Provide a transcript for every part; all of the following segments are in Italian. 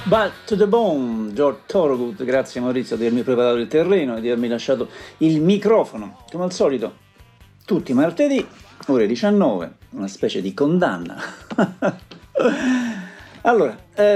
Back to the Bone, George Thorogood. Grazie Maurizio di avermi preparato il terreno e di avermi lasciato il microfono. Come al solito, tutti i martedì, ore 19, una specie di condanna. Allora,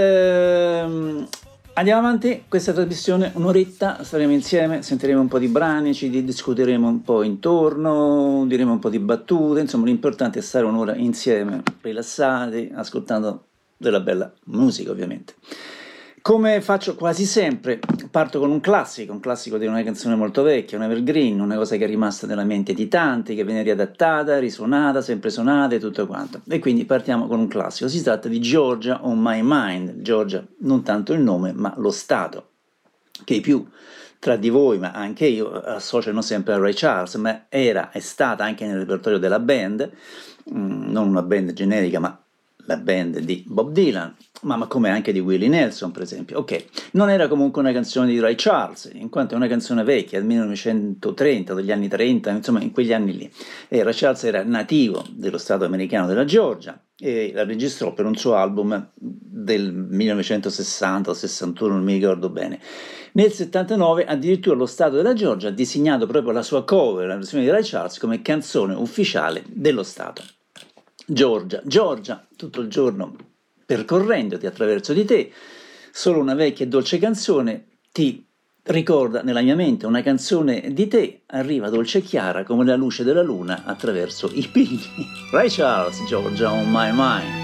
andiamo avanti, questa trasmissione, un'oretta, staremo insieme, sentiremo un po' di brani, ci discuteremo un po' intorno, diremo un po' di battute, insomma l'importante è stare un'ora insieme, rilassati, ascoltando della bella musica ovviamente. Come faccio quasi sempre, parto con un classico di una canzone molto vecchia, un evergreen, una cosa che è rimasta nella mente di tanti, che viene riadattata, risuonata, sempre suonata e tutto quanto. E quindi partiamo con un classico, si tratta di Georgia on My Mind. Georgia, non tanto il nome, ma lo stato, che i più tra di voi, ma anche io, associano sempre a Ray Charles, ma è stata anche nel repertorio della band, non una band generica, ma la band di Bob Dylan, ma come anche di Willie Nelson per esempio. Ok, non era comunque una canzone di Ray Charles, in quanto è una canzone vecchia, del 1930, degli anni 30, insomma in quegli anni lì. E Ray Charles era nativo dello stato americano della Georgia e la registrò per un suo album del 1960 o 61, non mi ricordo bene. Nel 79 addirittura lo Stato della Georgia ha designato proprio la sua cover, la versione di Ray Charles, come canzone ufficiale dello Stato. Georgia, tutto il giorno percorrendoti attraverso di te, solo una vecchia e dolce canzone ti ricorda nella mia mente una canzone di te, arriva dolce e chiara come la luce della luna attraverso i pini. Ray Charles, Georgia on My Mind.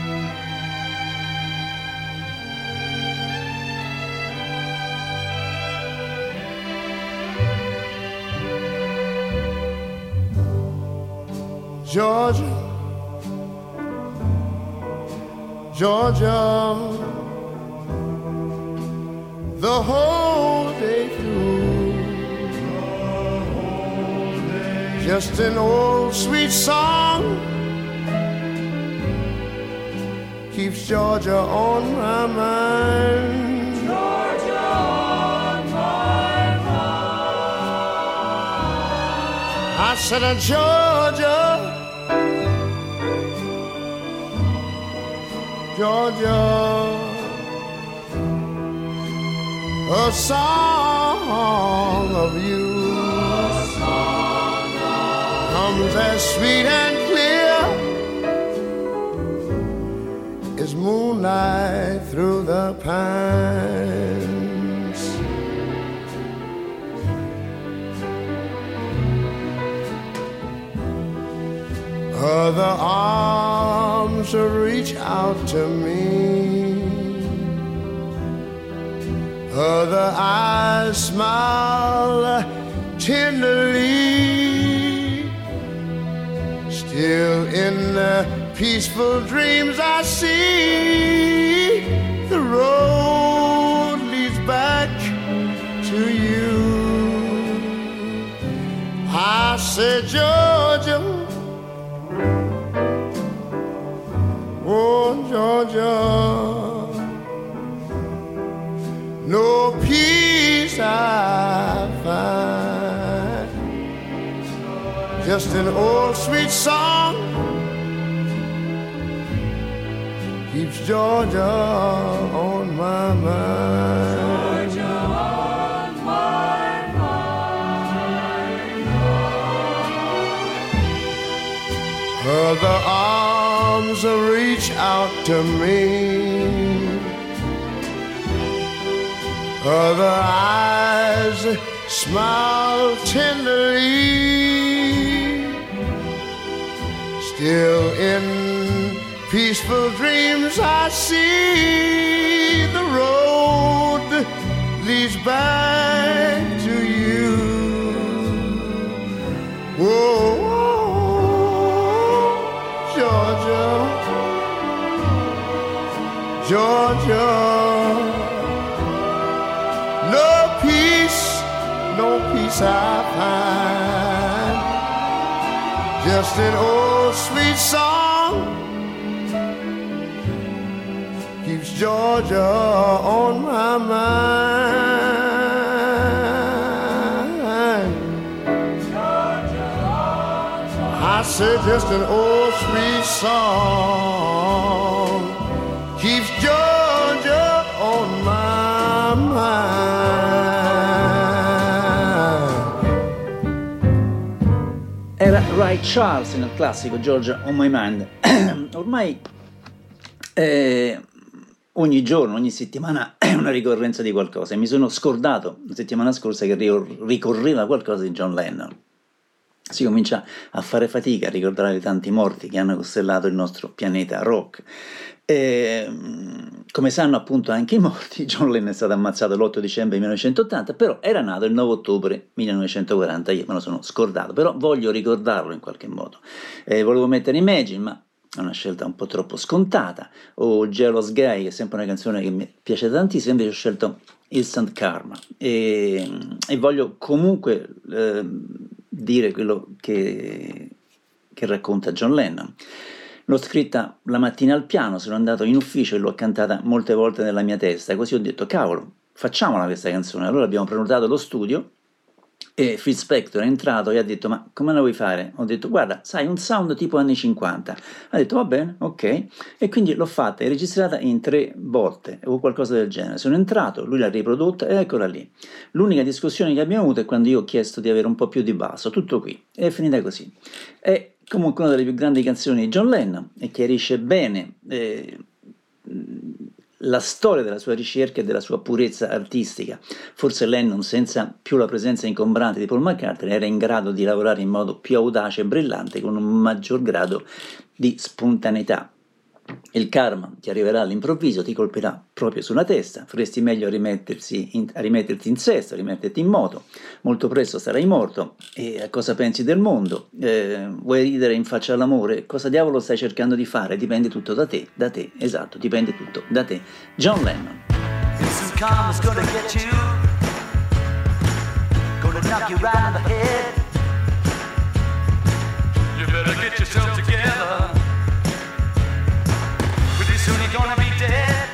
Georgia, the whole day through, just an old sweet song keeps Georgia on my mind. Georgia on my mind. I said, Georgia, Georgia, a song of you comes as sweet and clear as moonlight through the pines. Other arms reach out to me, other eyes smile tenderly. Still in the peaceful dreams I see the road leads back to you. I said, Georgia, oh, Georgia, no peace I find, just an old sweet song keeps Georgia on my mind. Georgia on my mind. Other arms reach out to me, other eyes smile tenderly. Still in peaceful dreams I see the road leads back to you. Whoa, Georgia, Georgia, no peace I find, just an old sweet song keeps Georgia on my mind. Georgia on my mind. I said just an old sweet song keeps Georgia on Ray Charles nel classico Georgia on My Mind. Ormai ogni giorno, ogni settimana è una ricorrenza di qualcosa e mi sono scordato la settimana scorsa che ricorreva qualcosa di John Lennon. Si comincia a fare fatica a ricordare i tanti morti che hanno costellato il nostro pianeta rock. Come sanno appunto anche i morti, John Lennon è stato ammazzato l'8 dicembre 1980, però era nato il 9 ottobre 1940, io me lo sono scordato, però voglio ricordarlo in qualche modo. Volevo mettere Imagine, ma è una scelta un po' troppo scontata, o Jealous Guy, che è sempre una canzone che mi piace tantissimo, invece ho scelto Instant Karma, e voglio comunque dire quello che racconta John Lennon. L'ho scritta la mattina al piano, sono andato in ufficio e l'ho cantata molte volte nella mia testa, così ho detto cavolo, facciamola questa canzone. Allora abbiamo prenotato lo studio e Phil Spector è entrato e ha detto ma come la vuoi fare? Ho detto guarda, sai, un sound tipo anni 50. Ha detto va bene, ok, e quindi l'ho fatta e registrata in 3 volte o qualcosa del genere. Sono entrato, lui l'ha riprodotta e eccola lì. L'unica discussione che abbiamo avuto è quando io ho chiesto di avere un po' più di basso, tutto qui, è finita così. È comunque una delle più grandi canzoni di John Lennon e chiarisce bene la storia della sua ricerca e della sua purezza artistica. Forse Lennon, senza più la presenza ingombrante di Paul McCartney, era in grado di lavorare in modo più audace e brillante, con un maggior grado di spontaneità. Il karma ti arriverà all'improvviso, ti colpirà proprio sulla testa, faresti meglio a rimetterti in sesto, a rimetterti in moto, molto presto sarai morto. E a cosa pensi del mondo? Vuoi ridere in faccia all'amore? Cosa diavolo stai cercando di fare? Dipende tutto da te, esatto, dipende tutto da te. John Lennon. Soon you're gonna be dead.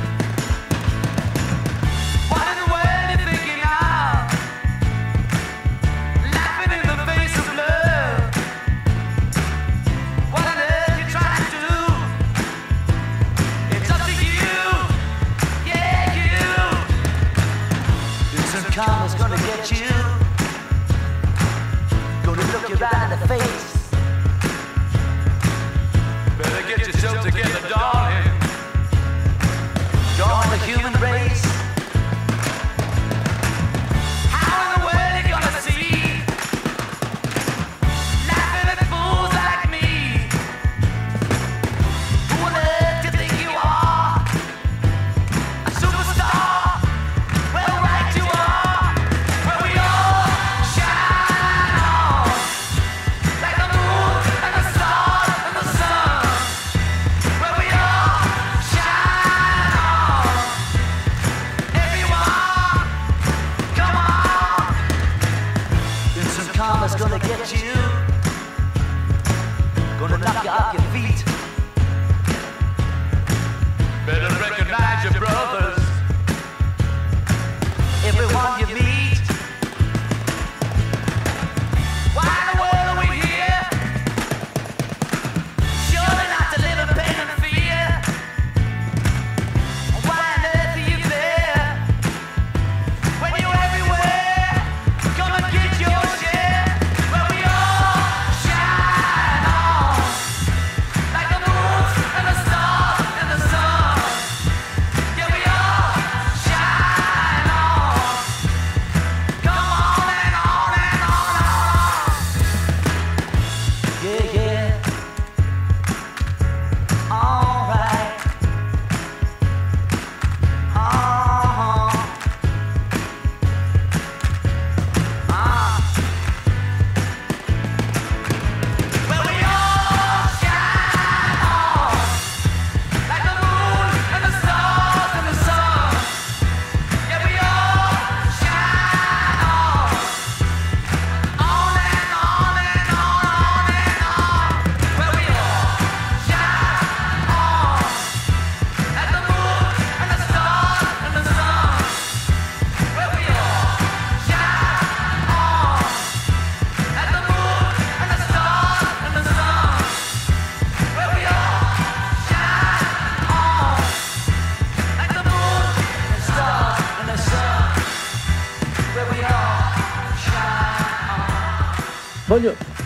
What in the world you thinking of? Laughing in the face of love. What on earth you trying to do? It's up to you, yeah you. Instant karma's gonna get you. Gonna look you right in the face. Better get yourself together, darling. Join the human race. How in the world you gonna see? Laughing at fools like me. Who on earth do you think you are? A superstar? Well, right you are. Where we all shine on, like the moon and the stars and the sun. Where we all shine on. Everyone, come on. Instant karma's gonna get you. Gonna knock you off your feet. Better recognize your brothers. Everyone you meet. Why in the world are we here? Surely not to live in pain and fear. Why on earth are you there? When you're everywhere, come and get your share. Where we all shine on, like the moon and the stars and the sun. Yeah, we all shine on. Come on and on and on and on. Yeah, yeah. All right. Well, we all shine on, like the moon and the stars and the sun. Yeah, we all shine on and on and on and on. Well, we all shine on, like the moon and the stars and the sun. Well, we all shine on, like the moon and the stars and the sun. Well, we all shine on, like the moon and the stars and the sun. Where we all shine on. Voglio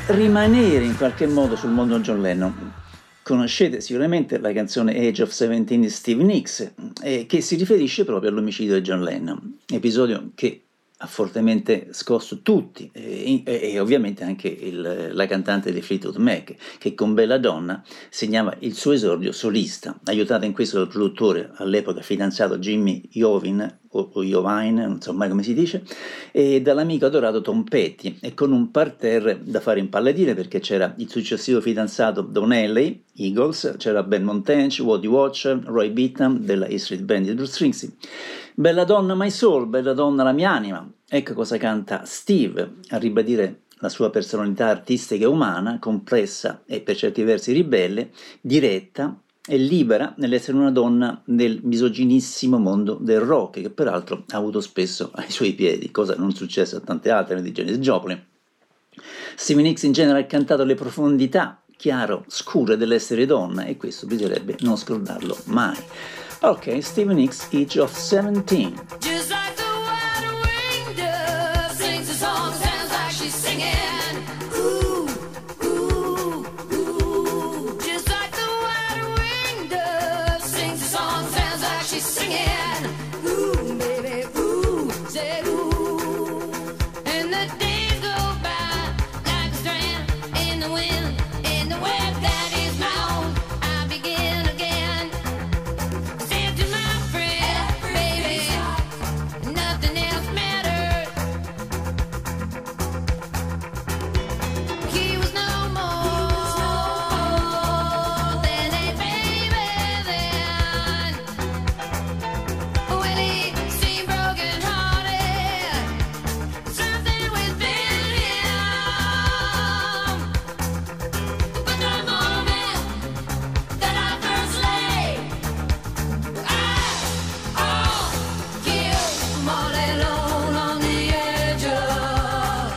rimanere in qualche modo sul mondo John Lennon. Conoscete sicuramente la canzone Age of 17 di Stevie Nicks, che si riferisce proprio all'omicidio di John Lennon, episodio che ha fortemente scosso tutti, e ovviamente anche la cantante di Fleetwood Mac, che con Bella Donna segnava il suo esordio solista, aiutata in questo dal produttore all'epoca fidanzato Jimmy Iovine, o Iovine, non so mai come si dice, e dall'amico adorato Tom Petty, e con un parterre da fare impalladire, perché c'era il successivo fidanzato Don Henley, Eagles, c'era Ben Montench, Woody Watcher, Roy Beatham della E Street Band di Bruce Springsteen. Bella donna my soul, bella donna la mia anima. Ecco cosa canta Steve, a ribadire la sua personalità artistica e umana, complessa e per certi versi ribelle, diretta e libera nell'essere una donna nel misoginissimo mondo del rock, che peraltro ha avuto spesso ai suoi piedi, cosa non successa a tante altre di Janis Joplin. Stevie Nicks in genere ha cantato le profondità chiaro scure dell'essere donna, e questo bisognerebbe non scordarlo mai. Ok, Stevie Nicks, Age of 17. Just like the wide-winged dove sings a song, sounds like she's singing. Ooh, ooh, ooh. Just like the wide-winged dove sings a song, sounds like she's singing. Ooh, baby, ooh, say ooh. And the days go by like a strand in the wind, in the web that is my own. I begin again. Said to my friend, baby, nothing else mattered. He was no more than a baby then. Well, he seemed broken hearted, something within him. But the moment that I first lay all alone on the edge of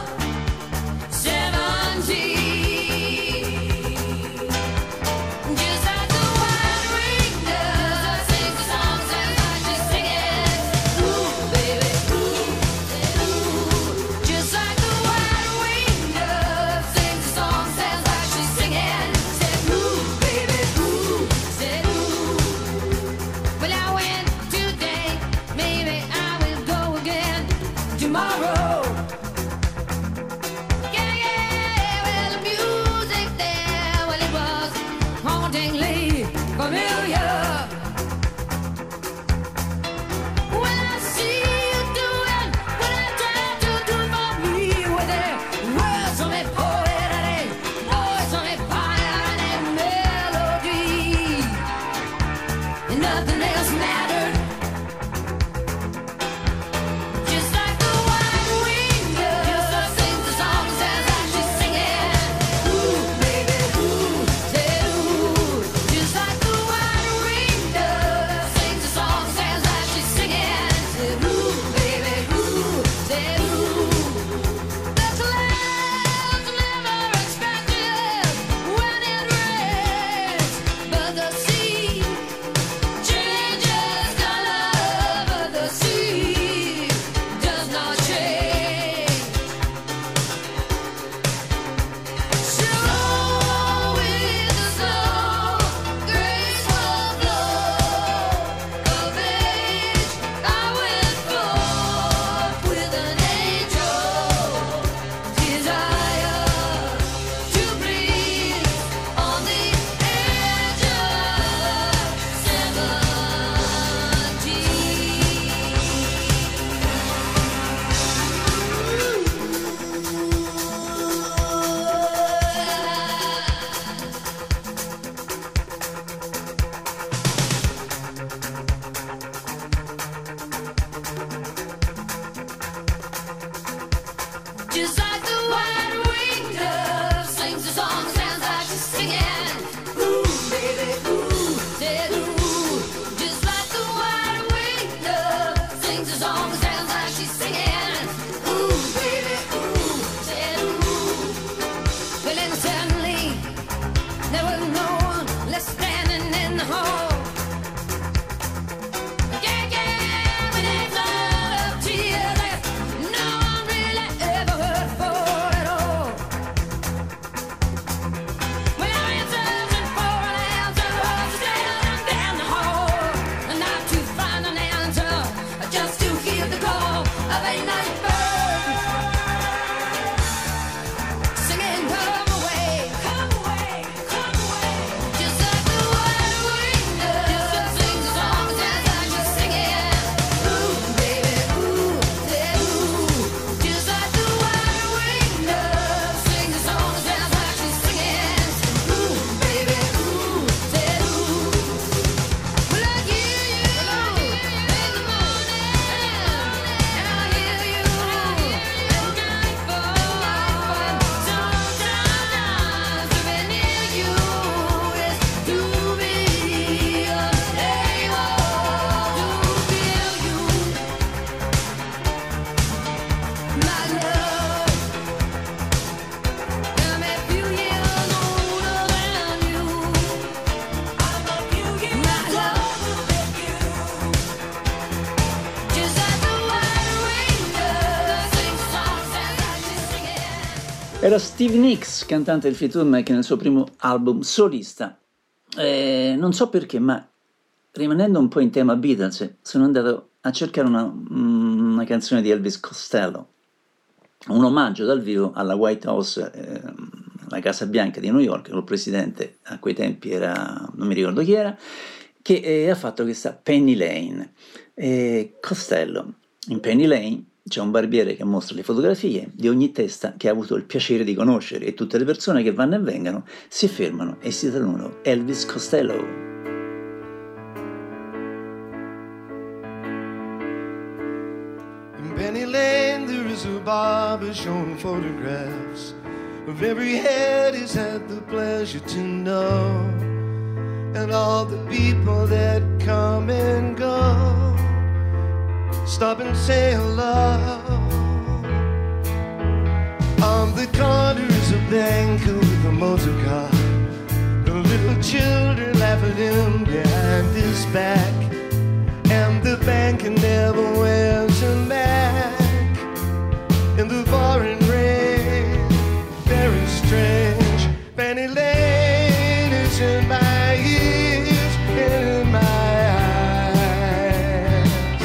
17. Just like the wide-winged dove sings a song, sounds like she's singing. Ooh, baby, ooh, ooh. Just like the wide-winged dove sings a song, sounds like she's singing. Said ooh, baby, ooh, said ooh. Well, I went today, maybe I will go again tomorrow. Yeah, yeah, well, the music there, well, it was hauntingly familiar. When I see you doing what I tried to do for me, with the words on me pouring and a voice on me fire and a melody, and nothing else mattered. Just like the wide-winged dove sings the song, sounds like she's singing. Ooh, baby, ooh, said ooh. Just like the wide-winged dove sings the song, sounds like she's singing. Said ooh, baby, ooh, said ooh. The clouds never expected when it rains, but the sea changes color, but the sea does not change. Slow with the slow, graceful flow of age, I went forth with an angel's desire to breathe on the edge of Era Stevie Nicks, cantante del Fleetwood Mac nel suo primo album solista. Non so perché, ma rimanendo un po' in tema Beatles, sono andato a cercare una canzone di Elvis Costello, un omaggio dal vivo alla White House, la Casa Bianca di New York. Il presidente a quei tempi era, non mi ricordo chi era, che ha fatto questa Penny Lane. Costello, in Penny Lane c'è un barbiere che mostra le fotografie di ogni testa che ha avuto il piacere di conoscere, e tutte le persone che vanno e vengono si fermano e si salutano Elvis Costello. In Penny Lane there is a barber showing photographs of every head he's had the pleasure to know, and all the people that come and go stop and say hello. On the corner is a banker with a motor car. The little children laugh at him behind his back, and the banker never wears a Mac. In the pouring rain, very strange, Penny Lane is in my ears, in my eyes.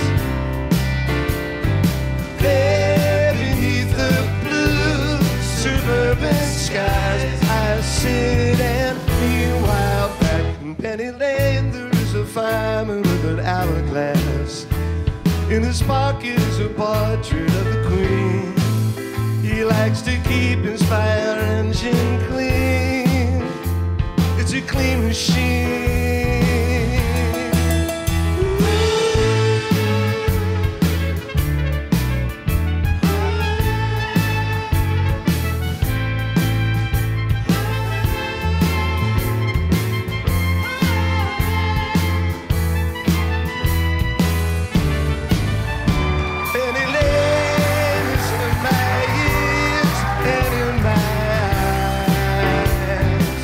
There beneath the blue suburban skies, I sit and meanwhile back in Penny Lane there is a fireman with an hourglass. In his pocket is a portrait of the Queen. He likes to keep his fire engine clean. It's a clean machine. Penny Lane is in my ears and in my eyes.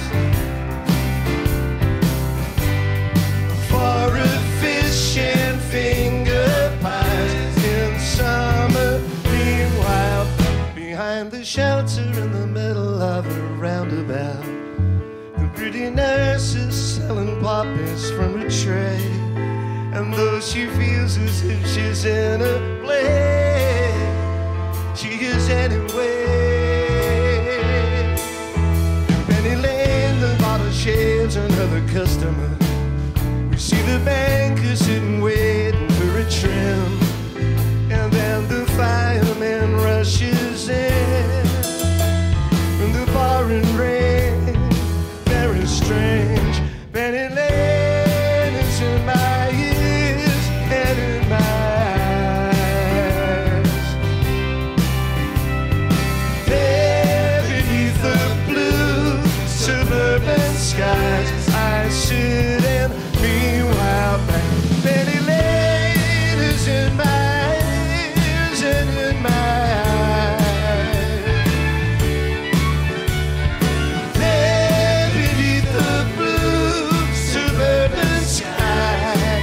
For a fish and finger pies in summer. Meanwhile, behind the shelter in the middle of a roundabout, the pretty nurse is selling poppies from a tray. And though she feels as if she's in a play, she is anyway. Penny Lane, the bottle shaves another customer. We see the banker sitting waiting for a trim, and then the fireman rushes in. And the pouring rain, very strange. Penny Lane is in my ears and in my eyes. There beneath the blue suburban skies, I sit and meanwhile back. Penny Lane is in my ears and in my eyes. There beneath the blue suburban skies,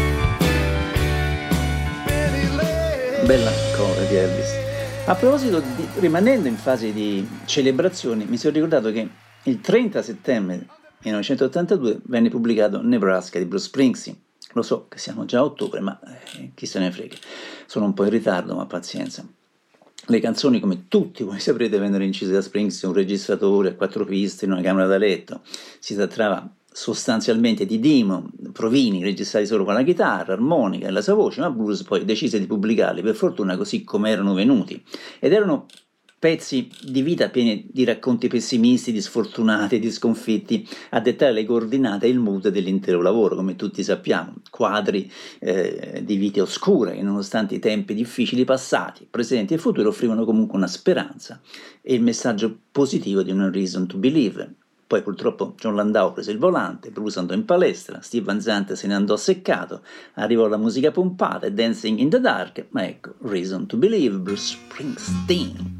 Penny Lane. Bella cover di Elvis. A proposito, rimanendo in fase di celebrazioni, mi sono ricordato che il 30 settembre 1982 venne pubblicato Nebraska di Bruce Springsteen. Lo so che siamo già a ottobre, ma chi se ne frega. Sono un po' in ritardo, ma pazienza. Le canzoni, come tutti voi saprete, vennero incise da Springsteen, un registratore a 4 piste in una camera da letto. Si trattava sostanzialmente di demo, provini registrati solo con la chitarra, armonica e la sua voce, ma Bruce poi decise di pubblicarli, per fortuna, così come erano venuti. Ed erano pezzi di vita pieni di racconti pessimisti, di sfortunati, di sconfitti, a dettare le coordinate e il mood dell'intero lavoro, come tutti sappiamo. Quadri di vite oscure che, nonostante i tempi difficili passati, presenti e futuri, offrivano comunque una speranza e il messaggio positivo di una reason to believe. Poi purtroppo John Landau prese il volante, Bruce andò in palestra, Steve Van Zandt se ne andò seccato, arrivò la musica pompata e Dancing in the Dark, ma ecco, Reason to Believe, Bruce Springsteen.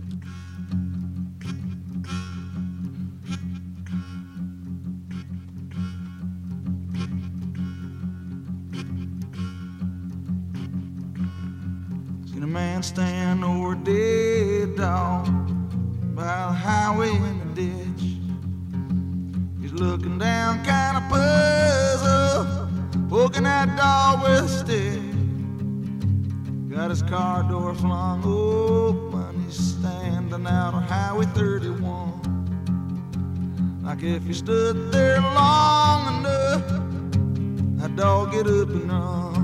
Seen a man stand over a dead dog by the highway in the ditch. He's looking down, kind of puzzled, poking that dog with a stick. Got his car door flung open, he's standing out on Highway 31. Like if he stood there long enough, that dog get up and run.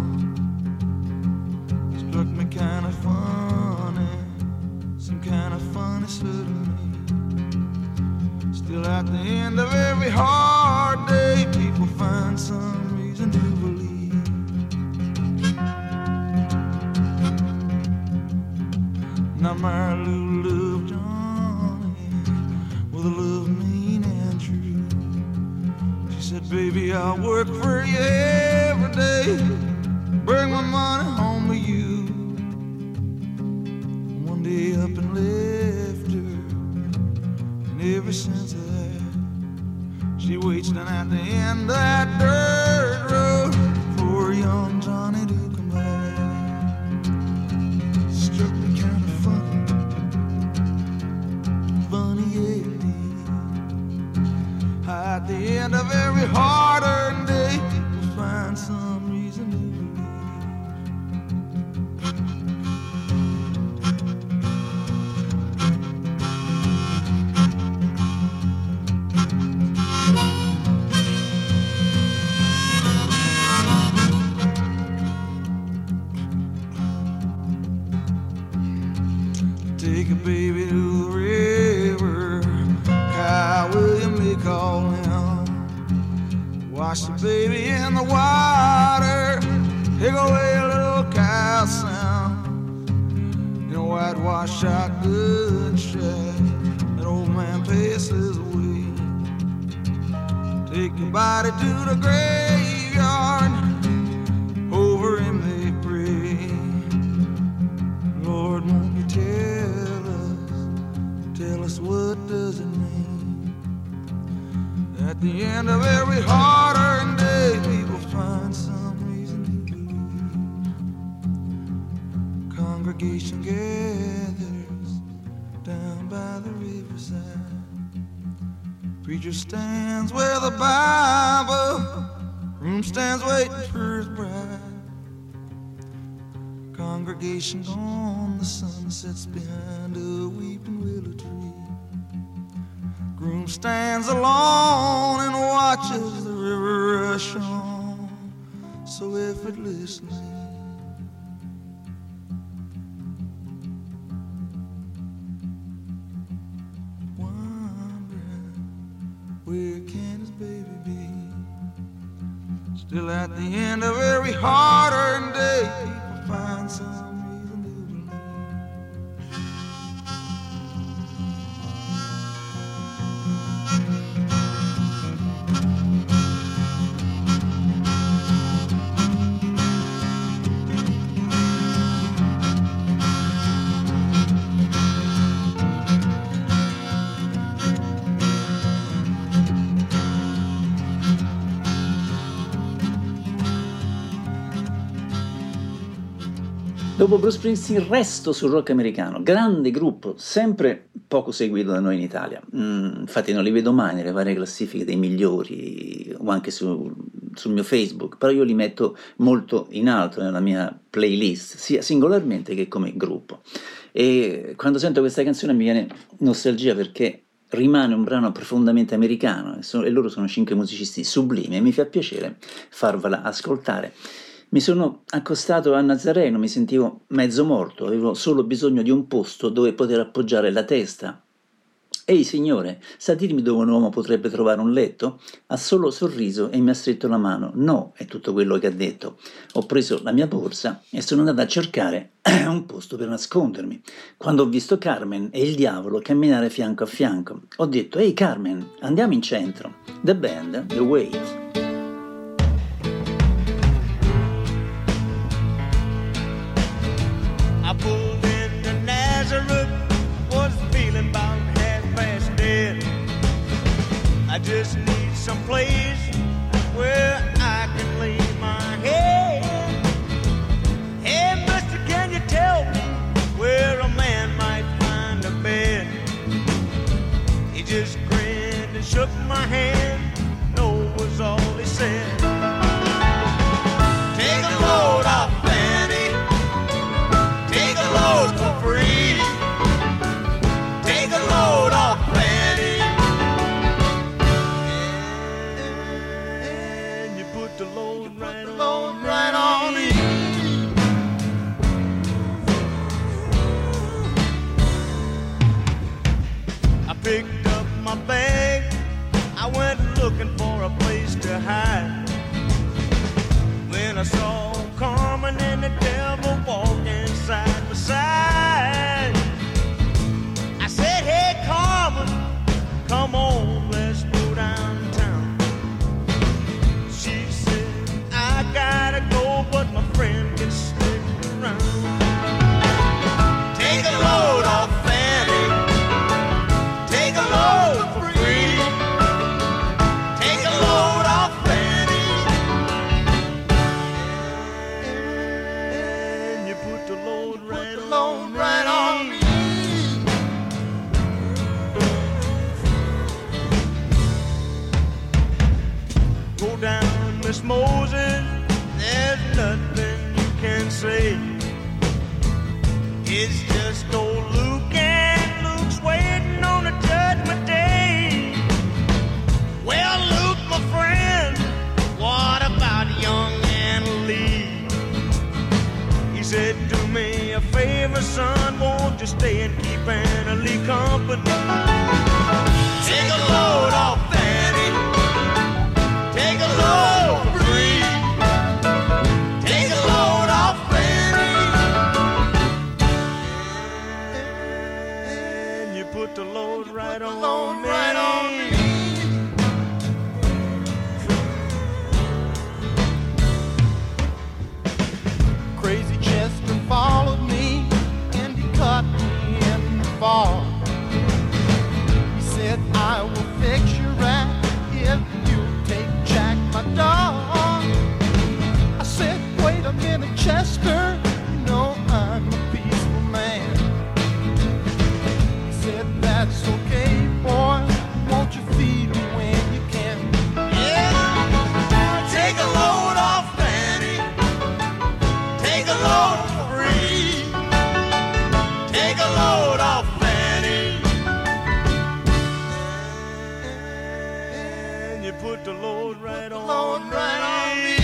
Struck me kind of funny, some kind of funny suddenly. Still at the end of every hard day, people find some reason to believe. Now my little love Johnny, with a love mean and true. She said, baby, I'll work for you every day, bring my money home to you. One day up and left her, and ever since that, she waits down at the end of that dirt road for young Johnny to come back. Struck me kind of funny, yeah. At the end of every hard-earned day, we'll find some reason to believe. Take a baby to the river, Kyle William they call him. Wash the baby in the water, take away a little cow sound. In a whitewash shotgun shack, that old man passes away. Take your body to the graveyard, over him they pray. Lord, won't you tell us what does it mean? At the end of every hard-earned day, people find some reason to believe. Congregation gathers down by the riverside. Preacher stands where the Bible, room stands waiting for his bride. Congregation gone, the sun sets behind a weeping willow tree. Groom stands alone and watches the river rush on so effortlessly. Wondering, where can his baby be? Still at the end of every hard-earned day, people find some reason to believe. Dopo Bruce Springsteen resto sul rock americano, grande gruppo, sempre poco seguito da noi in Italia. Infatti non li vedo mai nelle varie classifiche dei migliori o anche sul mio Facebook, però io li metto molto in alto nella mia playlist, sia singolarmente che come gruppo. E quando sento questa canzone mi viene nostalgia perché rimane un brano profondamente americano e loro sono 5 musicisti sublimi e mi fa piacere farvela ascoltare. Mi sono accostato a Nazareno, mi sentivo mezzo morto, avevo solo bisogno di un posto dove poter appoggiare la testa. Ehi signore, sa dirmi dove un uomo potrebbe trovare un letto? Ha solo sorriso e mi ha stretto la mano. No, è tutto quello che ha detto. Ho preso la mia borsa e sono andato a cercare un posto per nascondermi. Quando ho visto Carmen e il diavolo camminare fianco a fianco, ho detto, ehi Carmen, andiamo in centro. The band, The Wait. I pulled into Nazareth, was feeling about half past dead. I just need some place where I can lay my head. Hey, mister, can you tell me where a man might find a bed? put the load right Load on right on me. I picked up my bag. I went looking for a place to hide. When I saw Carmen and the devil walking side by side, I said, hey Carmen, come on, let's go downtown. She said, I gotta go, but my friend can stick around. Take a load off Fanny, take a load for free. Take a load off Fanny, and you put the load right Load right on me. Go down, Miss Moses, there's nothing you can say. It's just old Luke, and Luke's waiting on the judgment day. Well, Luke, my friend, what about young Anna Lee? He said, do me a favor, son, won't you stay and keep Anna Lee company? Take a load off Fanny, take a load for free. Take a load off Fanny, and you put the load right on Load me. right on me. Crazy Chester followed me and he caught me in the fall. He said, I will fix you right if you take Jack, my dog. I said, wait a minute, Chester, you know I'm a peaceful man. He said, that's okay, boy, won't you feed me when you can? Yeah, take a load off Fanny, take a load for free. Take a load off Fanny, and you put the load right on Load right on me.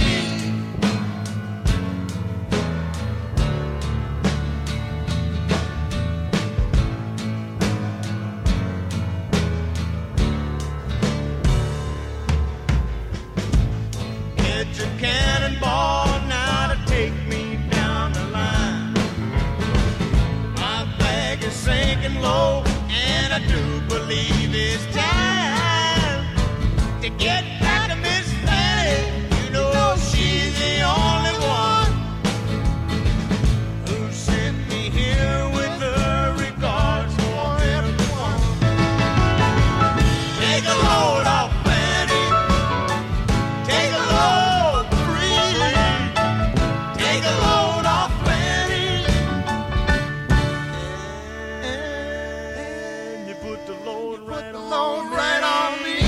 It's a cannonball now to take me down the line. My bag is sinking low, and I do believe it's time to get back to Miss Fanny. You know she's the only one who sent me here with her regards for everyone. Take a load off Fanny, take a load free. Take a load off Fanny, and you put the load right on. Load right on me.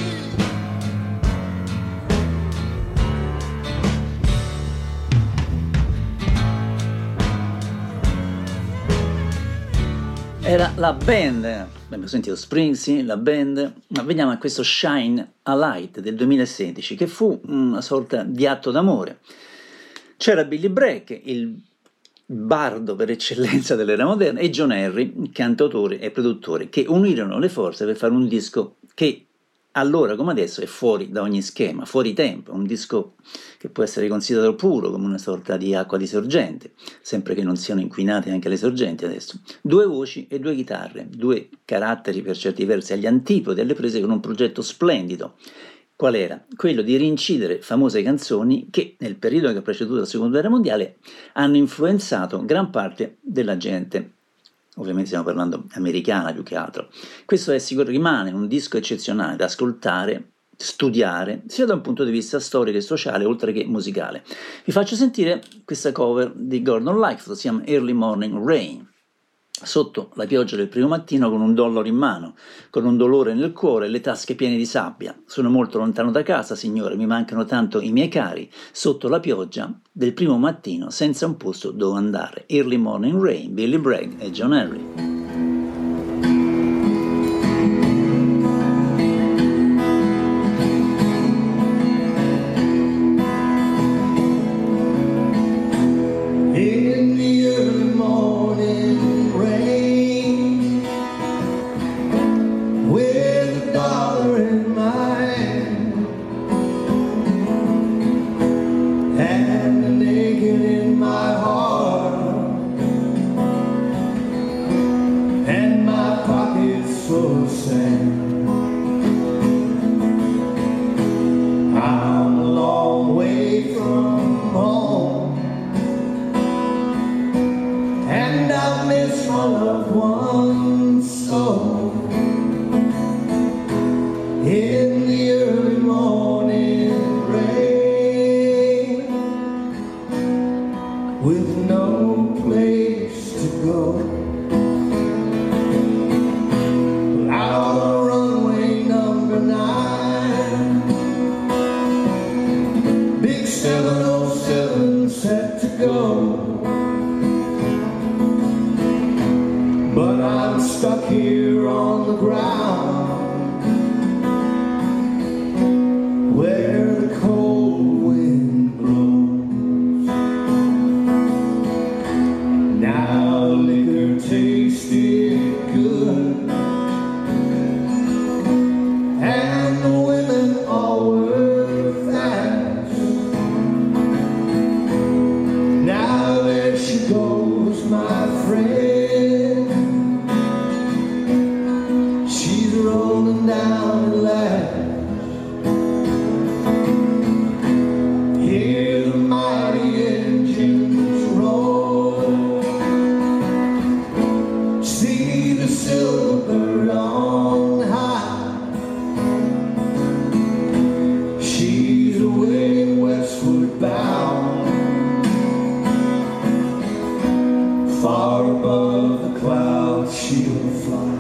Era la band, abbiamo sentito Springsteen, la band, ma veniamo a questo Shine a Light del 2016, che fu una sorta di atto d'amore. C'era Billy Bragg, il bardo per eccellenza dell'era moderna, e John Henry, cantautore e produttore, che unirono le forze per fare un disco che allora come adesso è fuori da ogni schema, fuori tempo, un disco che può essere considerato puro, come una sorta di acqua di sorgente, sempre che non siano inquinate anche le sorgenti adesso. Due voci e due chitarre, due caratteri per certi versi agli antipodi, alle prese con un progetto splendido. Qual era? Quello di rincidere famose canzoni che nel periodo che ha preceduto la Seconda Guerra Mondiale hanno influenzato gran parte della gente. Ovviamente stiamo parlando americana più che altro. Questo rimane un disco eccezionale da ascoltare, studiare, sia da un punto di vista storico e sociale, oltre che musicale. Vi faccio sentire questa cover di Gordon Lightfoot, si chiama Early Morning Rain. Sotto la pioggia del primo mattino, con $1 in mano, con un dolore nel cuore e le tasche piene di sabbia. Sono molto lontano da casa, signore, mi mancano tanto i miei cari. Sotto la pioggia del primo mattino, senza un posto dove andare. Early Morning Rain, Billy Bragg e John Henry. with no place to go. Out on runway number 9, big 707 set to go. But I'm stuck here on the ground where the cold wind blows. Now liquor tasted good, and the women all were fast. Now there she goes, my friend. She's rolling down the last. Hear the mighty engines roll. See the silver bird on high. She's away westward bound, far above the clouds she'll fly,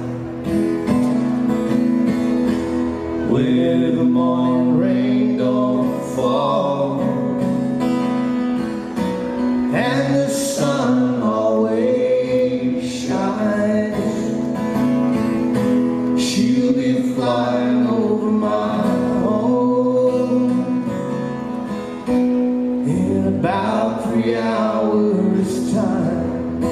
where the morning rain don't fall and the sun always shines. She'll be flying over my home in about 3 hours' time.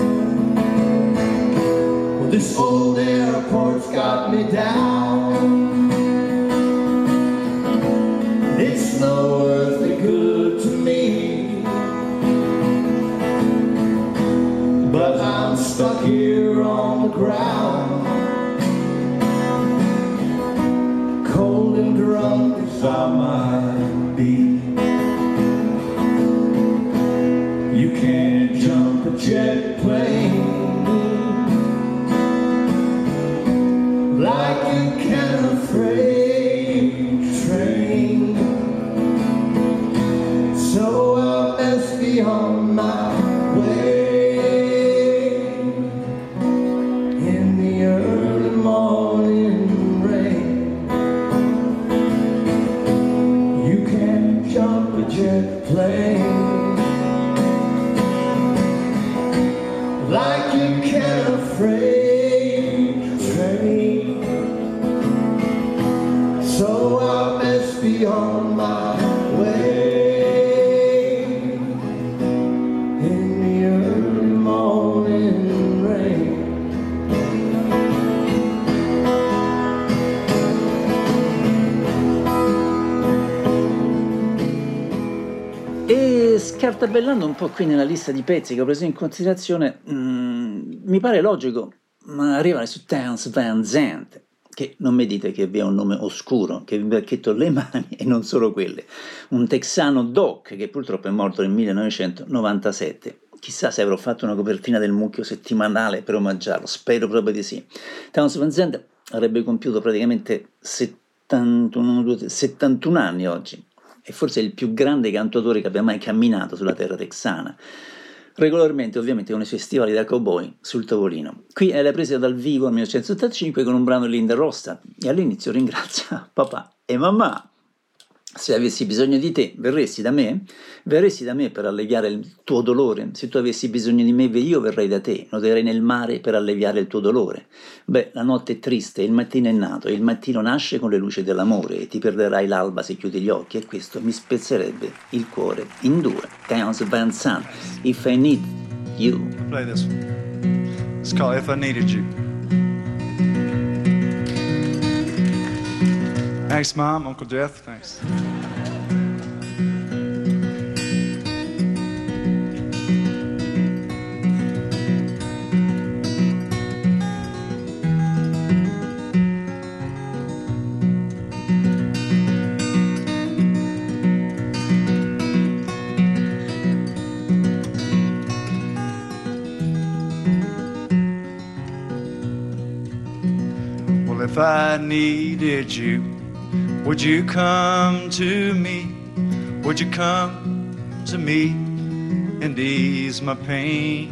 Well, this old airport's got me down. It's no earthly good to me, but I'm stuck here on the ground, cold and drunk as I might be. You can't jump a jet plane like you can a freight train. So I best be on my way in the early morning rain. You can't jump a jet plane like you can a freight train. So I best be on my way in the early morning rain. E scartabellando un po' qui nella lista di pezzi che ho preso in considerazione, mi pare logico arrivare su Townes Van Zandt, che non mi dite che vi è un nome oscuro, che vi bacchetto le mani e non solo quelle. Un texano doc che purtroppo è morto nel 1997. Chissà se avrò fatto una copertina del mucchio settimanale per omaggiarlo, spero proprio di sì. Townes Van Zandt avrebbe compiuto praticamente 71 anni oggi, e forse è il più grande cantautore che abbia mai camminato sulla terra texana, regolarmente ovviamente con i suoi stivali da cowboy sul tavolino. Qui è la presa dal vivo nel 1985 con un brano di Linda Ronstadt, e all'inizio ringrazia papà e mamma. Se avessi bisogno di te, verresti da me? Verresti da me per alleviare il tuo dolore? Se tu avessi bisogno di me, io verrei da te, nuoterei nel mare per alleviare il tuo dolore. Beh, la notte è triste, il mattino è nato, e il mattino nasce con le luci dell'amore, e ti perderai l'alba se chiudi gli occhi, e questo mi spezzerebbe il cuore in due. Townes Van Zandt, If I Need You. Play this one. It's called If I Needed You. Thanks, Mom, Uncle Jeff, thanks. Well, if I needed you, would you come to me? Would you come to me? and ease my pain.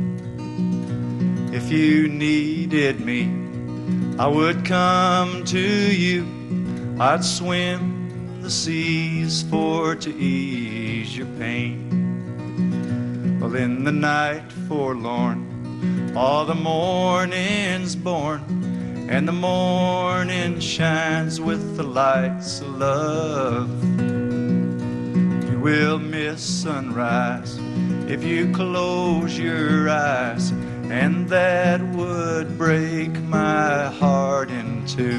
If you needed me, I would come to you. I'd swim the seas for to ease your pain. Well, in the night forlorn, all the morning's born, and the morning shines with the lights of love. You will miss sunrise if you close your eyes, and that would break my heart in two.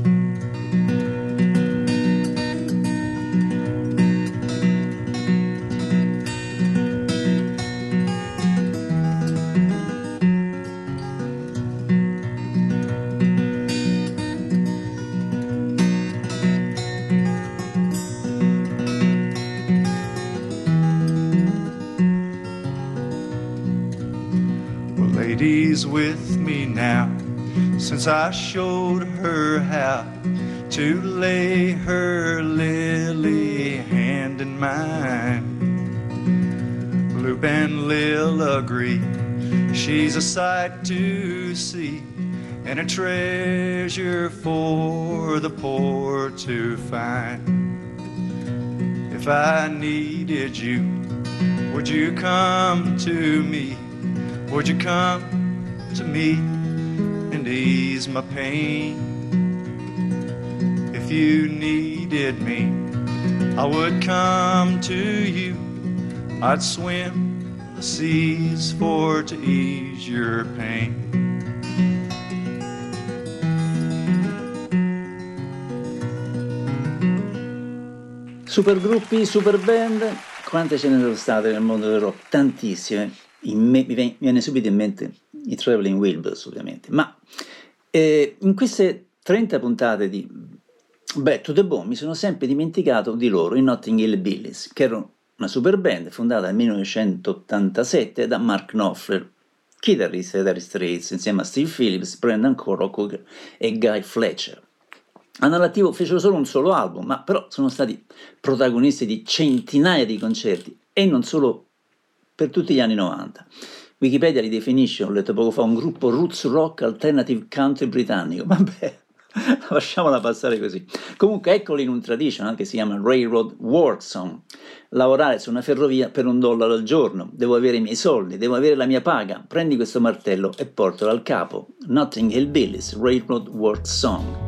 Lady's with me now, since I showed her how to lay her lily hand in mine. Loop and Lil agree, she's a sight to see, and a treasure for the poor to find. If I needed you, would you come to me? Would you come to me and ease my pain? If you needed me, I would come to you. I'd swim the seas for to ease your pain. Supergruppi, super band, quante ce ne sono state nel mondo del rock? Tantissime. Mi viene subito in mente i Traveling Wilburys, ovviamente, ma in queste 30 puntate di Back to the Bone mi sono sempre dimenticato di loro, i Notting Hill Billies, che erano una super band fondata nel 1987 da Mark Knopfler, chitarrista dei Dire Straits, insieme a Steve Phillips, Brendan Coracle e Guy Fletcher. All'attivo fecero solo un solo album, ma però sono stati protagonisti di centinaia di concerti, e non solo per tutti gli anni 90. Wikipedia li definisce, ho letto poco fa, un gruppo roots rock alternative country britannico. Vabbè, lasciamola passare così. Comunque eccoli in un traditional che si chiama Railroad War Song. Lavorare su una ferrovia per $1 al giorno, devo avere i miei soldi, devo avere la mia paga, prendi questo martello e portalo al capo. Notting Hill Billies, Railroad War Song.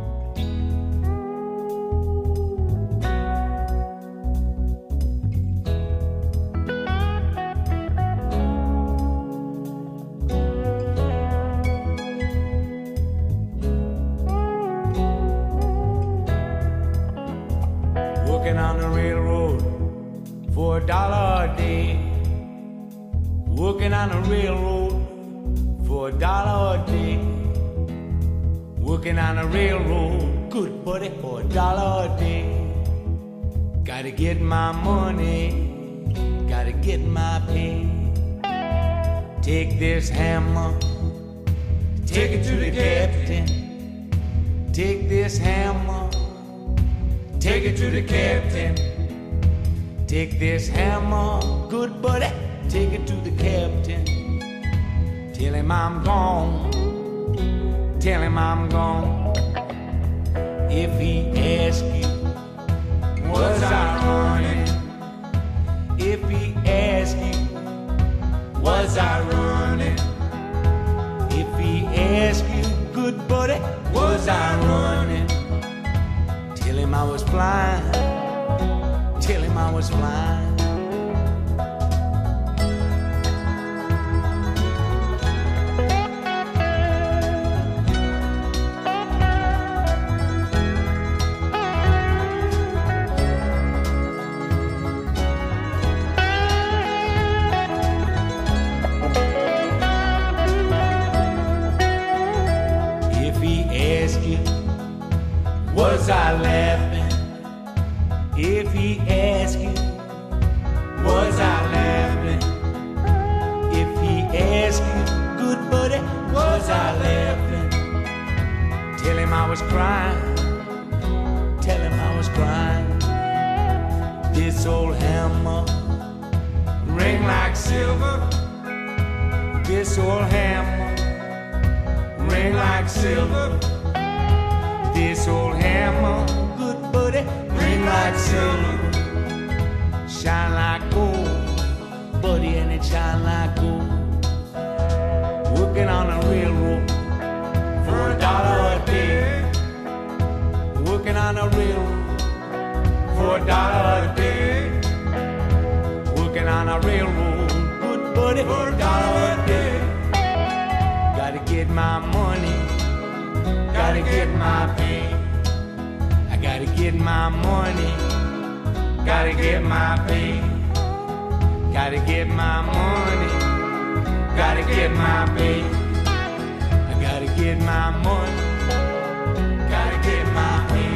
On the railroad for $1 a day. Working on the railroad for $1 a day. Working on the railroad, good buddy, for $1 a day. Gotta get my money, gotta get my pay. Take this hammer, take it to the captain. Take this hammer, take it to the captain. Take this hammer, good buddy, take it to the captain. Tell him I'm gone, tell him I'm gone. If he asks you, was I running? If he asks you, was I running? If he asks you, good buddy, was I running? Tell him I was flying, tell him I was flying. If he asks you, was I laughing? If he asks you, was I laughing? If he asks you, good buddy, was I laughing? Tell him I was crying, tell him I was crying. This old hammer ring like silver. This old hammer, ring like silver. This old hammer, good buddy, ring like silver. Shine like gold, buddy, and it shine like gold. Working on a railroad for $1 a day. Working on a railroad for $1 a day. Working on a railroad, good buddy, for $1 a day. Gotta get my money, gotta get my pay. I gotta get my money, gotta get my pay. Gotta get my money, gotta get my pay. I gotta get my money, gotta get my pay.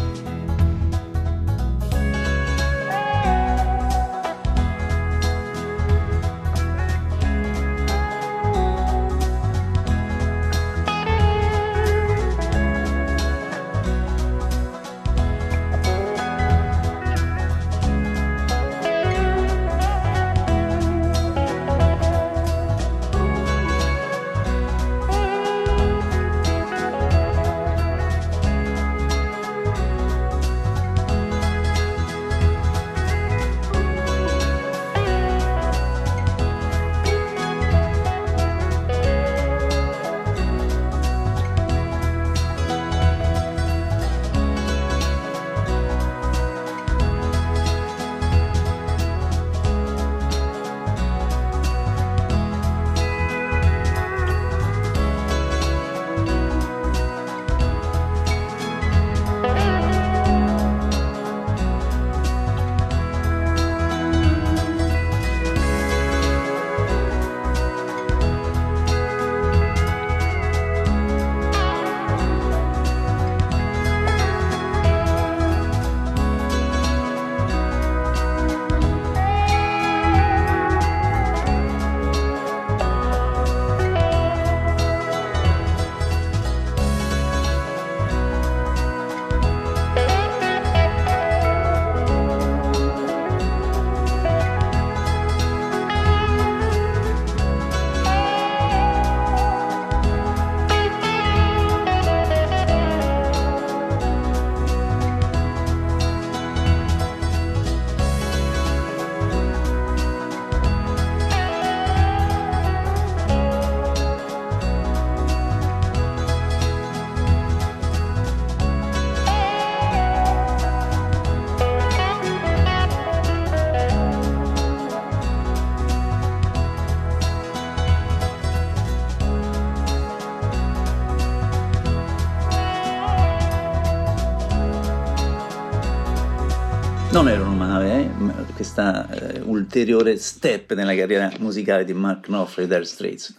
Non era un'onore, questa ulteriore step nella carriera musicale di Mark Knopfler e Dire Straits.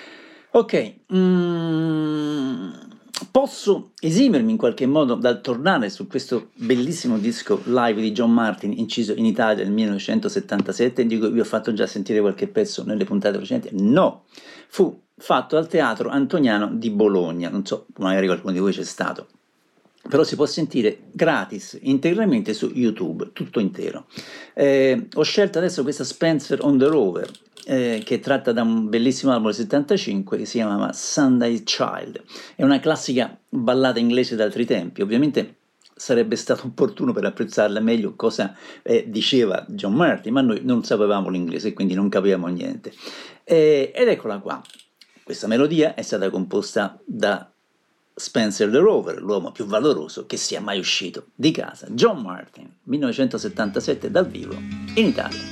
Ok, posso esimermi in qualche modo dal tornare su questo bellissimo disco live di John Martyn inciso in Italia nel 1977, di cui vi ho fatto già sentire qualche pezzo nelle puntate precedenti? No, fu fatto al Teatro Antoniano di Bologna, non so, magari qualcuno di voi c'è stato, però si può sentire gratis, integralmente su YouTube, tutto intero. Ho scelto adesso questa Spencer on the Rover, che è tratta da un bellissimo album del 75 che si chiamava Sunday Child. È una classica ballata inglese d'altri tempi, ovviamente sarebbe stato opportuno per apprezzarla meglio cosa diceva John Martyn, ma noi non sapevamo l'inglese e quindi non capivamo niente. Ed eccola qua, questa melodia è stata composta da Spencer the Rover, l'uomo più valoroso che sia mai uscito di casa, John Martyn, 1977 dal vivo in Italia.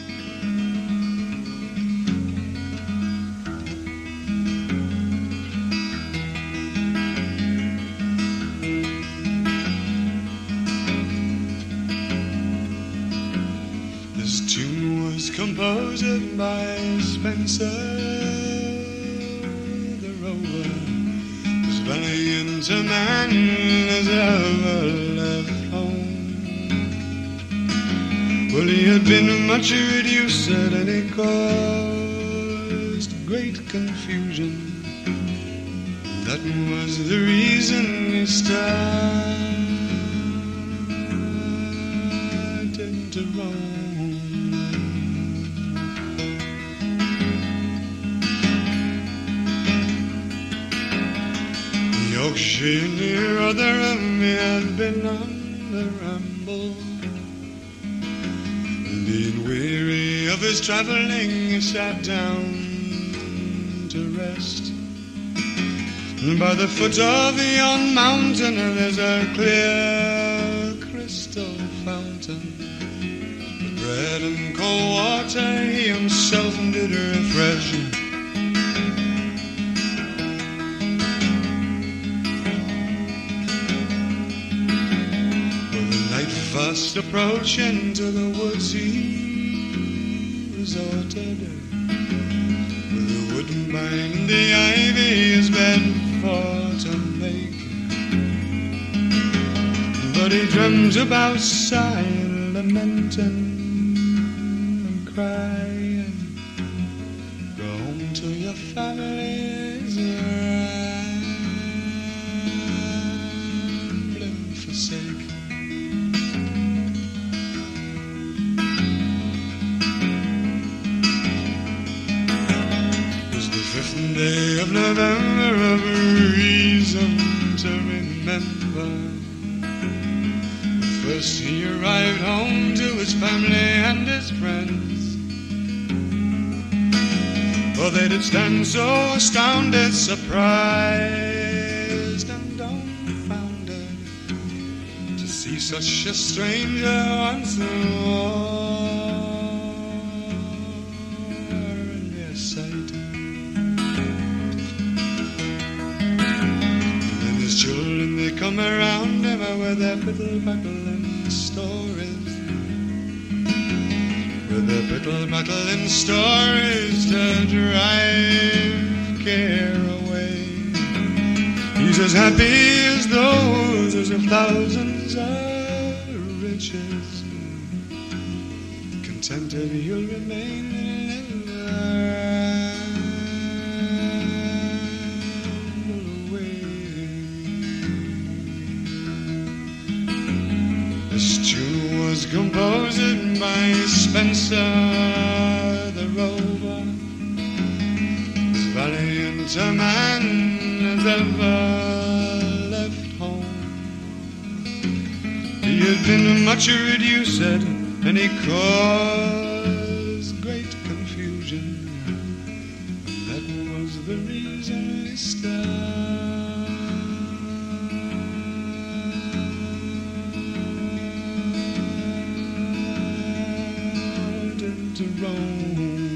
This tune was composed by Spencer the Rover, as valiant a man as ever left home. Well, he had been much reduced and it caused great confusion. That was the reason he started to roam. No, she knew other of me had been on the ramble. Being weary of his traveling, he sat down to rest. By the foot of yon mountain there's a clear crystal fountain. With bread and cold water he himself did refresh. When the night fast approaching to the woods he resorted. With the woodbine and the ivy his bed to make, but he dreams about sighing, lamenting and crying. Go home to your family's rambling forsake. It was the 5th day of November, of reason to remember. First he arrived home to his family and his friends, for they did stand so astounded, surprised and dumbfounded to see such a stranger once more in their sight. Children, they come around him with their piddle-paddling stories, with their piddle-paddling stories to drive care away. He's as happy as those as of thousands of riches, contented he'll remain composed by Spencer the Rover, as valiant a man as ever left home. He had been much reduced, and he caused great confusion. That was the reason he started to roam.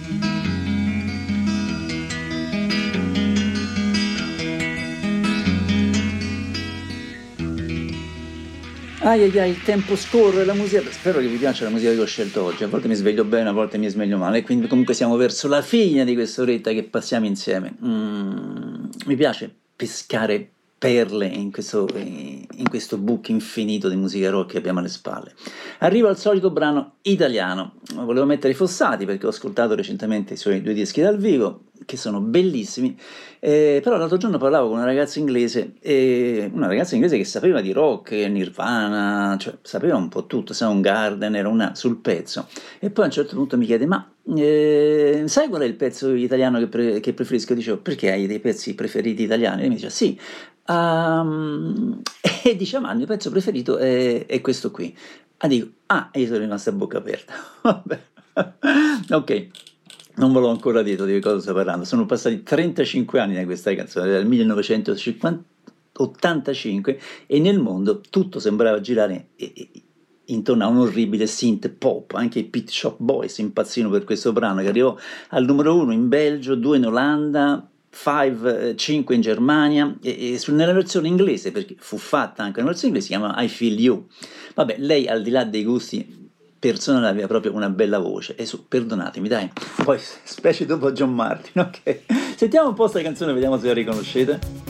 Il tempo scorre, la musica, spero che vi piaccia la musica che ho scelto oggi. A volte mi sveglio bene, a volte mi sveglio male, quindi comunque siamo verso la fine di questa oretta che passiamo insieme. Mi piace pescare perle in questo book infinito di musica rock che abbiamo alle spalle. Arrivo al solito brano italiano. Volevo mettere i Fossati perché ho ascoltato recentemente i suoi 2 dischi dal vivo, che sono bellissimi, però l'altro giorno parlavo con una ragazza inglese che sapeva di rock, Nirvana, cioè sapeva un po' tutto, Soundgarden, era una sul pezzo, e poi a un certo punto mi chiede: ma sai qual è il pezzo italiano che preferisco? Dicevo: perché hai dei pezzi preferiti italiani? E mi dice: sì. E dice: ma il mio pezzo preferito è questo qui. Dico: e io sono rimasto a bocca aperta. Vabbè. Ok, non ve l'ho ancora detto di che cosa sto parlando. Sono passati 35 anni da questa canzone, dal 1985, e nel mondo tutto sembrava girare intorno a un orribile synth pop. Anche i Pet Shop Boys impazzirono per questo brano, che arrivò al numero 1 in Belgio, 2 in Olanda, 5 in Germania, e nella versione inglese, perché fu fatta anche nella versione inglese, si chiama I Feel You. Vabbè, lei, al di là dei gusti personale, aveva proprio una bella voce, e perdonatemi, dai, poi specie dopo John Martin, ok? Sentiamo un po' questa canzone, vediamo se la riconoscete.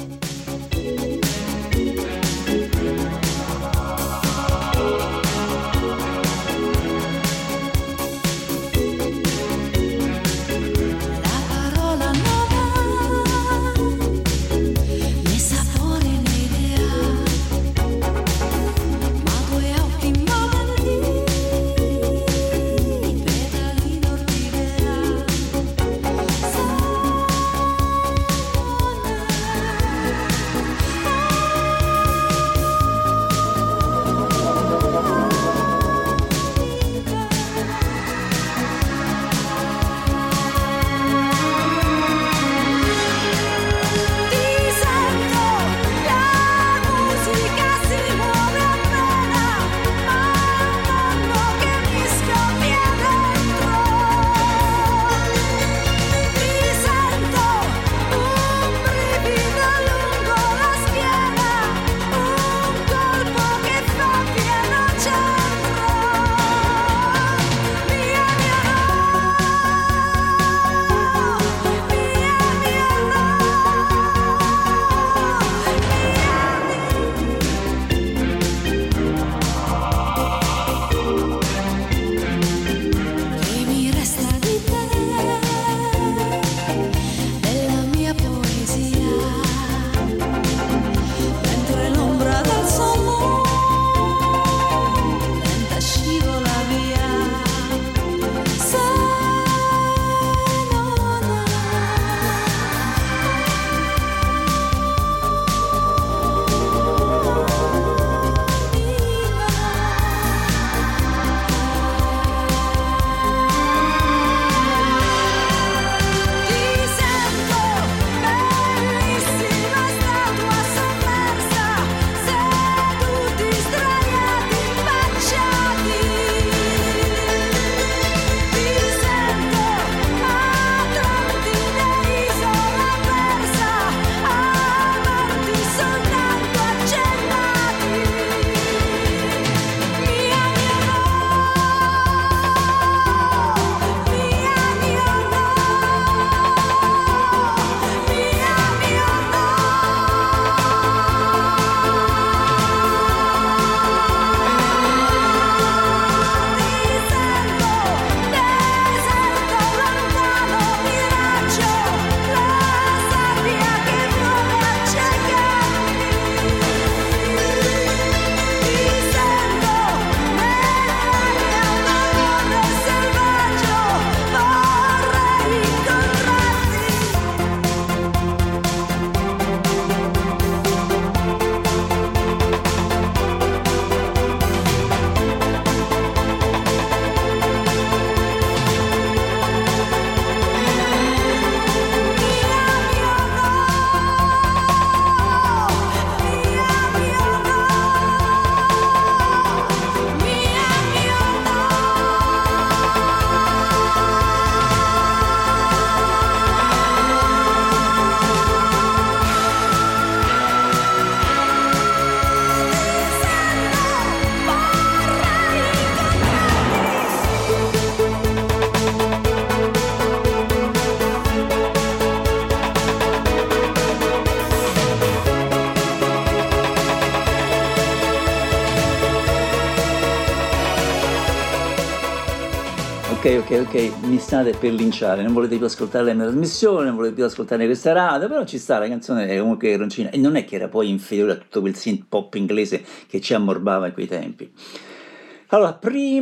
Ok, mi state per linciare, non volete più ascoltare la mia trasmissione, non volete più ascoltare questa radio, però ci sta, la canzone è comunque roncina, e non è che era poi inferiore a tutto quel synth pop inglese che ci ammorbava a quei tempi. Allora,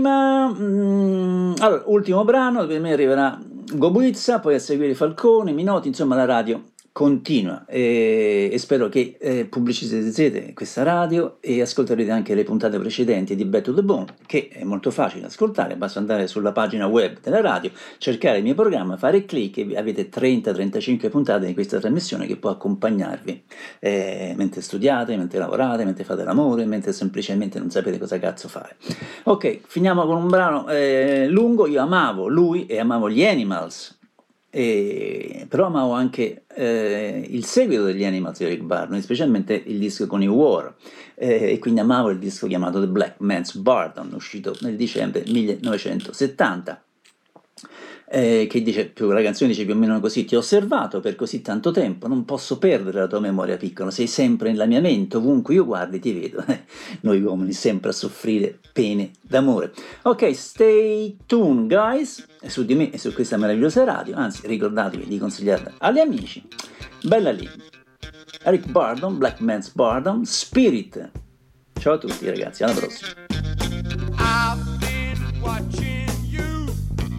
ultimo brano, per me arriverà Gobuizza, poi a seguire Falcone, Minotti, insomma la radio continua, e spero che pubblicizzerete questa radio e ascolterete anche le puntate precedenti di Back to the Bone, che è molto facile ascoltare, basta andare sulla pagina web della radio, cercare il mio programma, fare clic e avete 30-35 puntate di questa trasmissione che può accompagnarvi mentre studiate, mentre lavorate, mentre fate l'amore, mentre semplicemente non sapete cosa cazzo fare. Ok, finiamo con un brano lungo. Io amavo lui e amavo gli Animals, però amavo anche il seguito degli Animals di Eric Burdon, specialmente il disco con i War, e quindi amavo il disco chiamato The Black Man's Burdon, uscito nel dicembre 1970, che dice la canzone dice più o meno così: ti ho osservato per così tanto tempo, non posso perdere la tua memoria piccola, sei sempre nella mia mente, ovunque io guardi ti vedo. Noi uomini sempre a soffrire pene d'amore. Ok, stay tuned guys, su di me e su questa meravigliosa radio, anzi ricordatevi di consigliarla agli amici. Bella lì, Eric Burdon, Black Man's Burdon, Spirit. Ciao a tutti ragazzi, alla prossima. I've been watching you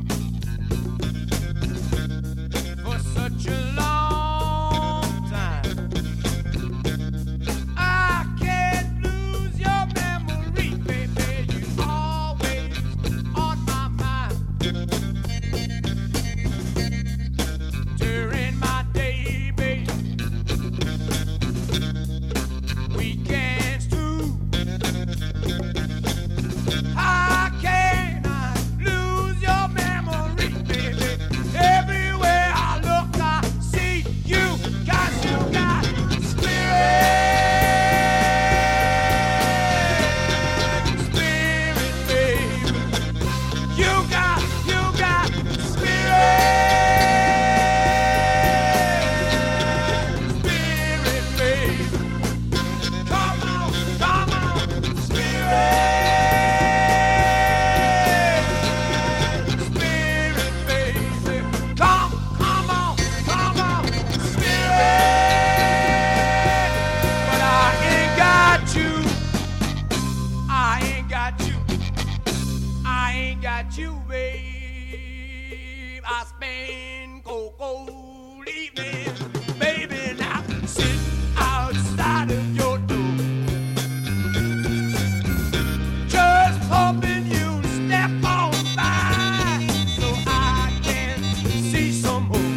for such a long time. I can't lose your memory, baby. You're always on my mind. During my day, baby, weekends too. How can I lose your memory, baby? Everywhere I look, I see you, 'cause you got spirit, baby. You got spirit, baby. Come on, spirit. You, babe, I spend cold evening, baby, now sitting outside of your door, just hoping you step on by so I can see some more.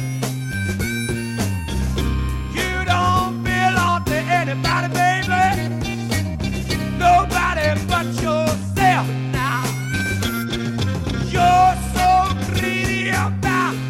You don't belong to anybody, baby, nobody but yourself now. You're so greedy about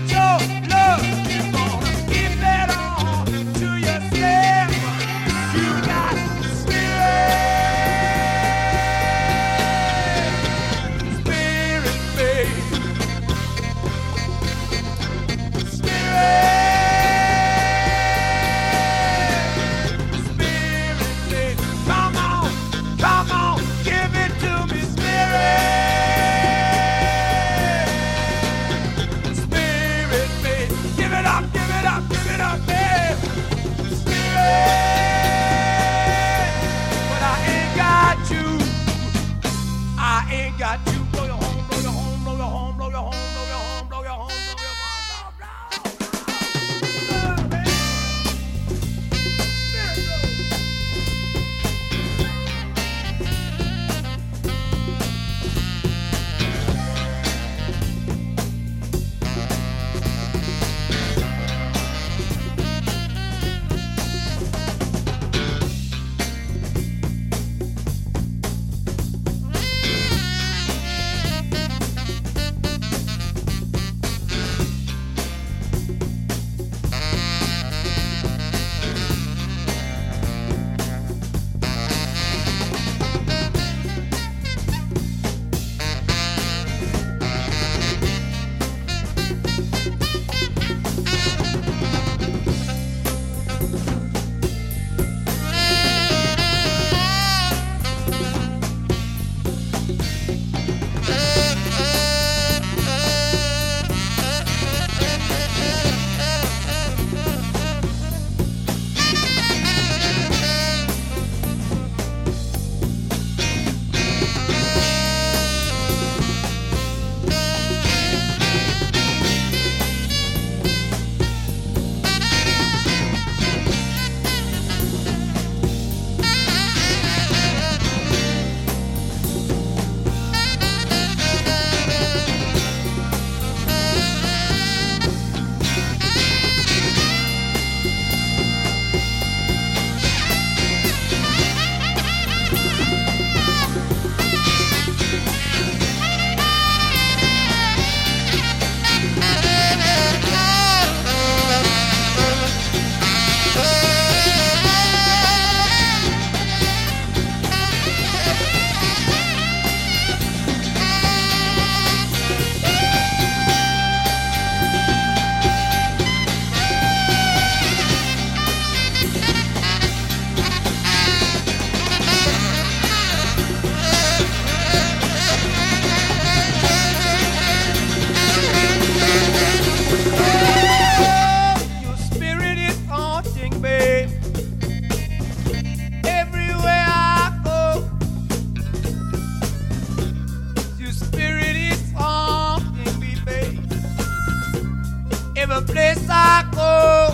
the place I go,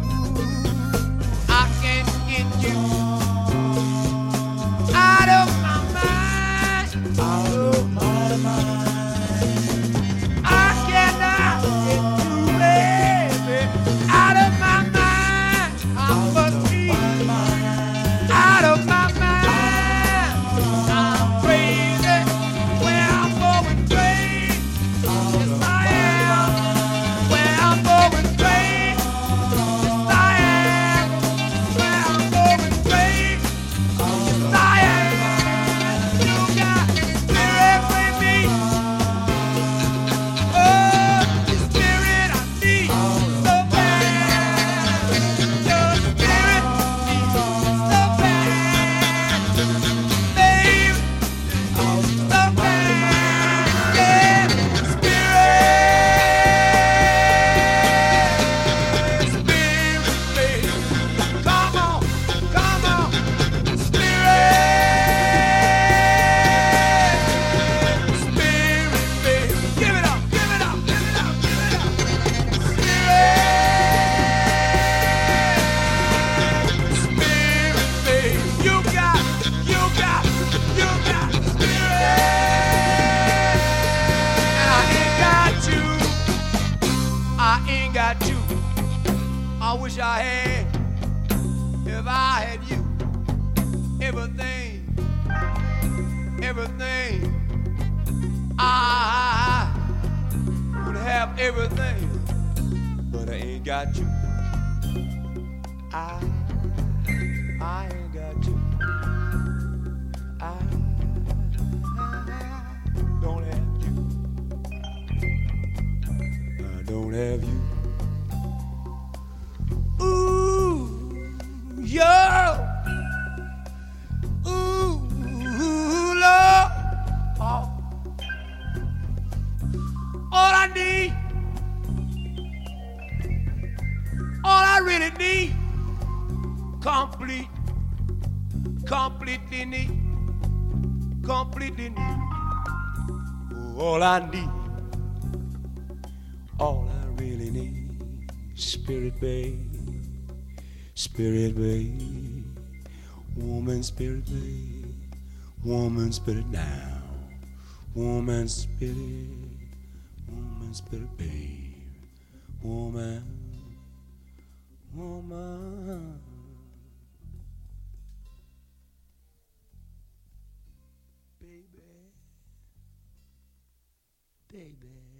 I can't get you out of my mind. Out of my mind. I cannot get you, baby, out of my mind. I must be out of my mind. I'm crazy where I'm going crazy. Yes, I am. Where I'm going crazy. Yes, I am. Where I'm going crazy. Yes, I am. You got spirit with me. Oh, the spirit I need so bad. Your spirit needs so bad, babe. So bad, yeah. Spirit, babe. Come on, come on. Spirit, babe. Give it up, give it up, give it up, give it up. Spirit, babe. You got spirit. And I ain't got you. I ain't got you. I wish I had. If I had you, everything, I would have everything, but I ain't got you. I ain't got you. I don't have you. I don't have you. Ooh, yo. Ooh, Lord. Oh. All I need, all I really need, completely need. All I need, all I really need, spirit, babe. Spirit, babe, woman, spirit, babe, woman, spirit now, woman, spirit, babe, woman, baby, baby.